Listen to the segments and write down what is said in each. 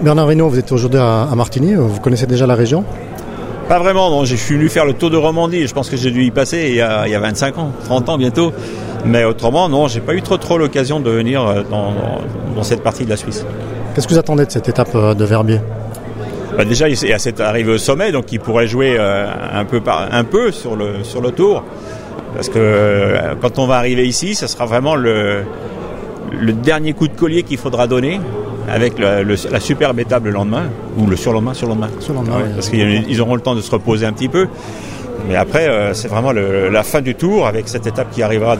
Bernard Hinault, vous êtes aujourd'hui à Martigny, vous connaissez déjà la région ? Pas vraiment, non. Je suis venu faire le Tour de Romandie. Je pense que j'ai dû y passer il y a 25 ans, 30 ans bientôt. Mais autrement, non, j'ai pas eu trop l'occasion de venir dans cette partie de la Suisse. Qu'est-ce que vous attendez de cette étape de Verbier ? Déjà, il est à cette arrivée au sommet, donc il pourrait jouer un peu sur le Tour. Parce que quand on va arriver ici, ce sera vraiment le dernier coup de collier qu'il faudra donner avec la superbe étape le lendemain, ou le surlendemain. Ouais, parce qu'ils auront le temps de se reposer un petit peu. Mais après, c'est vraiment la fin du Tour avec cette étape qui arrivera,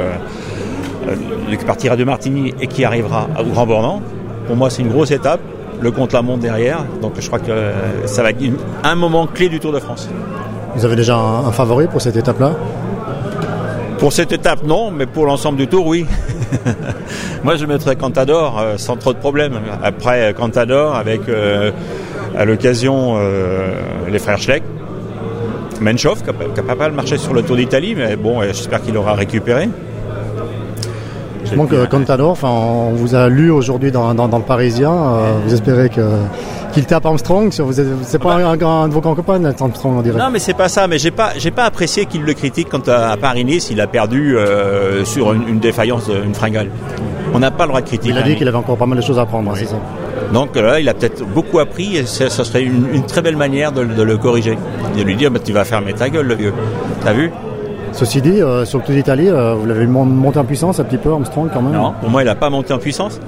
qui partira de Martigny et qui arrivera au Grand Bornand. Pour moi, c'est une grosse étape. Le contre-la-montre derrière. Donc je crois que ça va être un moment clé du Tour de France. Vous avez déjà un favori pour cette étape-là ? Pour cette étape, non, mais pour l'ensemble du Tour, oui. Moi, je mettrais Contador sans trop de problèmes. Après, Contador avec, à l'occasion, les frères Schleck. Menchov, qui a pas mal marché sur le Tour d'Italie, mais bon, j'espère qu'il aura récupéré. Justement que Contador, on vous a lu aujourd'hui dans le Parisien, vous espérez qu'il tape Armstrong, c'est pas un de vos copains, Armstrong, on dirait. Non, mais c'est pas ça, mais j'ai pas apprécié qu'il le critique quand à Paris-Nice, il a perdu sur une défaillance, une fringale. On n'a pas le droit de critiquer. Il a dit qu'il avait encore pas mal de choses à apprendre, oui. C'est ça. Donc là, il a peut-être beaucoup appris et ce serait une très belle manière de le corriger. De lui dire, tu vas fermer ta gueule, le vieux. T'as vu ? Ceci dit, sur le Tour d'Italie, vous l'avez monté en puissance un petit peu, Armstrong, quand même ? Non, pour moi, il n'a pas monté en puissance.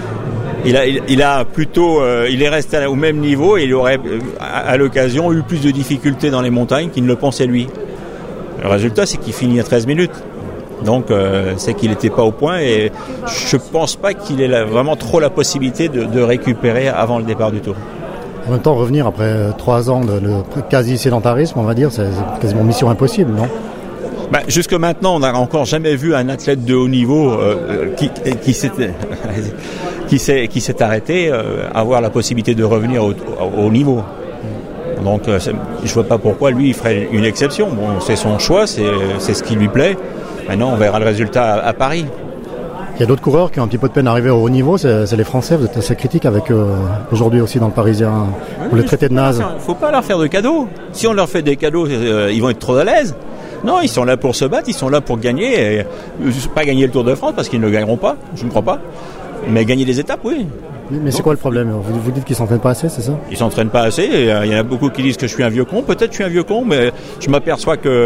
Il a plutôt, il est resté au même niveau et il aurait, à l'occasion, eu plus de difficultés dans les montagnes qu'il ne le pensait lui. Le résultat, c'est qu'il finit à 13 minutes. Donc, c'est qu'il n'était pas au point et je pense pas qu'il ait vraiment trop la possibilité de récupérer avant le départ du Tour. En même temps, revenir après 3 ans de quasi-sédentarisme, on va dire, c'est quasiment mission impossible, non ? Jusque maintenant, on n'a encore jamais vu un athlète de haut niveau qui s'est arrêté avoir la possibilité de revenir au haut niveau. Donc, je vois pas pourquoi lui il ferait une exception. Bon, c'est son choix, c'est ce qui lui plaît. Maintenant, on verra le résultat à Paris. Il y a d'autres coureurs qui ont un petit peu de peine à arriver au haut niveau, c'est les Français. Vous êtes assez critique avec eux aujourd'hui aussi dans le Parisien pour le traité de naze. Il ne faut pas leur faire de cadeaux. Si on leur fait des cadeaux, ils vont être trop à l'aise. Non, ils sont là pour se battre, ils sont là pour gagner. Et, pas gagner le Tour de France parce qu'ils ne le gagneront pas, je ne crois pas. Mais gagner des étapes, oui. Mais c'est quoi le problème ? Vous dites qu'ils ne s'entraînent pas assez, c'est ça ? Ils ne s'entraînent pas assez. Il y en a beaucoup qui disent que je suis un vieux con. Peut-être que je suis un vieux con, mais je m'aperçois qu'ils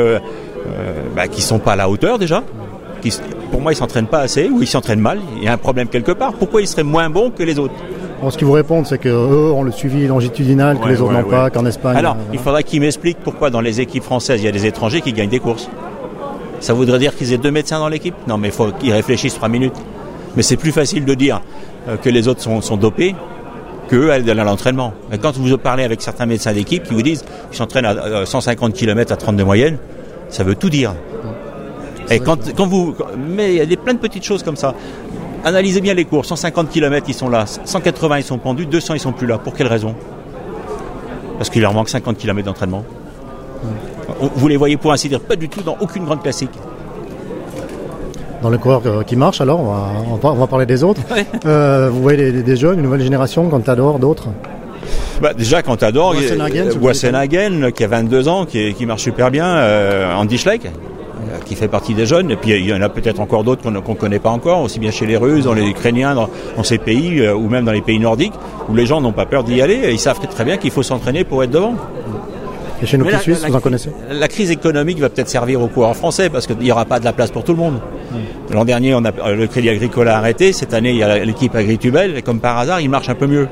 ne sont pas à la hauteur déjà. Pour moi, ils ne s'entraînent pas assez ou ils s'entraînent mal. Il y a un problème quelque part. Pourquoi ils seraient moins bons que les autres ? Ce qu'ils vous répondent, c'est qu'eux ont le suivi longitudinal que les autres n'ont pas, qu'en Espagne... Alors, il faudra qu'ils m'expliquent pourquoi dans les équipes françaises, il y a des étrangers qui gagnent des courses. Ça voudrait dire qu'ils aient 2 médecins dans l'équipe ? Non, mais il faut qu'ils réfléchissent 3 minutes. Mais c'est plus facile de dire que les autres sont dopés qu'eux à l'entraînement. Mais quand vous parlez avec certains médecins d'équipe qui vous disent qu'ils s'entraînent à 150 km à 30 de moyenne, ça veut tout dire. Et mais il y a plein de petites choses comme ça. Analysez bien les cours. 150 km, ils sont là. 180, ils sont pendus. 200, ils sont plus là. Pour quelle raison ? Parce qu'il leur manque 50 km d'entraînement. Vous les voyez pour ainsi dire pas du tout dans aucune grande classique. Dans les coureurs qui marchent, alors, on va parler des autres. Ouais. Vous voyez des jeunes, une nouvelle génération, Contador, d'autres ? Déjà, Contador, Wassenhagen, qui a 22 ans, qui marche super bien. Andy Schleck, qui fait partie des jeunes, et puis il y en a peut-être encore d'autres qu'on ne connaît pas encore, aussi bien chez les Russes, dans les Ukrainiens, dans ces pays, ou même dans les pays nordiques, où les gens n'ont pas peur d'y aller, et ils savent très bien qu'il faut s'entraîner pour être devant. Et chez nos petits Suisses, vous en connaissez ? La crise économique va peut-être servir aux coureurs français, parce qu'il n'y aura pas de la place pour tout le monde. L'an dernier, le Crédit Agricole a arrêté, cette année, il y a l'équipe Agritubel, et comme par hasard, il marche un peu mieux.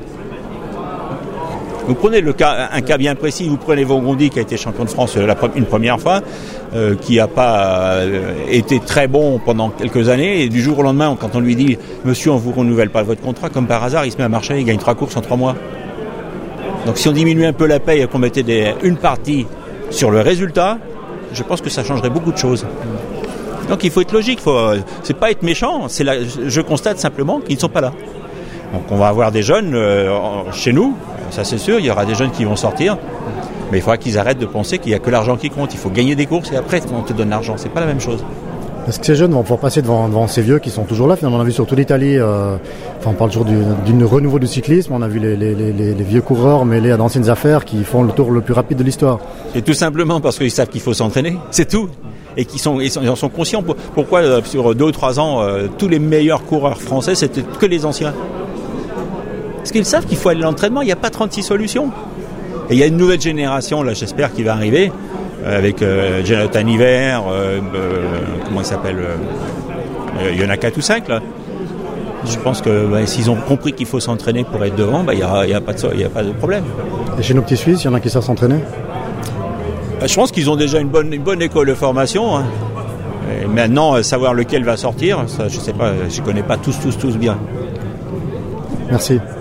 Vous prenez un cas bien précis, vous prenez Vogondi qui a été champion de France une première fois, qui n'a pas été très bon pendant quelques années, et du jour au lendemain, quand on lui dit « Monsieur, on ne vous renouvelle pas votre contrat », comme par hasard, il se met à marcher, il gagne 3 courses en 3 mois. Donc si on diminuait un peu la paye et qu'on mettait une partie sur le résultat, je pense que ça changerait beaucoup de choses. Donc il faut être logique, c'est pas être méchant, je constate simplement qu'ils ne sont pas là. Donc on va avoir des jeunes chez nous, ça c'est sûr, il y aura des jeunes qui vont sortir, mais il faudra qu'ils arrêtent de penser qu'il n'y a que l'argent qui compte. Il faut gagner des courses et après on te donne l'argent, c'est pas la même chose. Est-ce que ces jeunes vont pouvoir passer devant ces vieux qui sont toujours là? Finalement, on a vu sur toute l'Italie, on parle toujours d'une renouveau du cyclisme. On a vu les vieux coureurs mêlés à d'anciennes affaires qui font le tour le plus rapide de l'histoire. Et tout simplement parce qu'ils savent qu'il faut s'entraîner, c'est tout. Et ils en sont conscients. Pourquoi sur 2 ou 3 ans, tous les meilleurs coureurs français, c'était que les anciens? Parce qu'ils savent qu'il faut aller à l'entraînement, il n'y a pas 36 solutions. Et il y a une nouvelle génération, là, j'espère, qui va arriver, avec Jonathan Hiver, comment il s'appelle, il y en a 4 ou 5 là. Je pense que s'ils ont compris qu'il faut s'entraîner pour être devant, il n'y a pas de problème. Et chez nos petits Suisses, il y en a qui savent s'entraîner? Je pense qu'ils ont déjà une bonne école de formation. Hein. Et maintenant, savoir lequel va sortir, ça, je sais pas, je connais pas tous bien. Merci.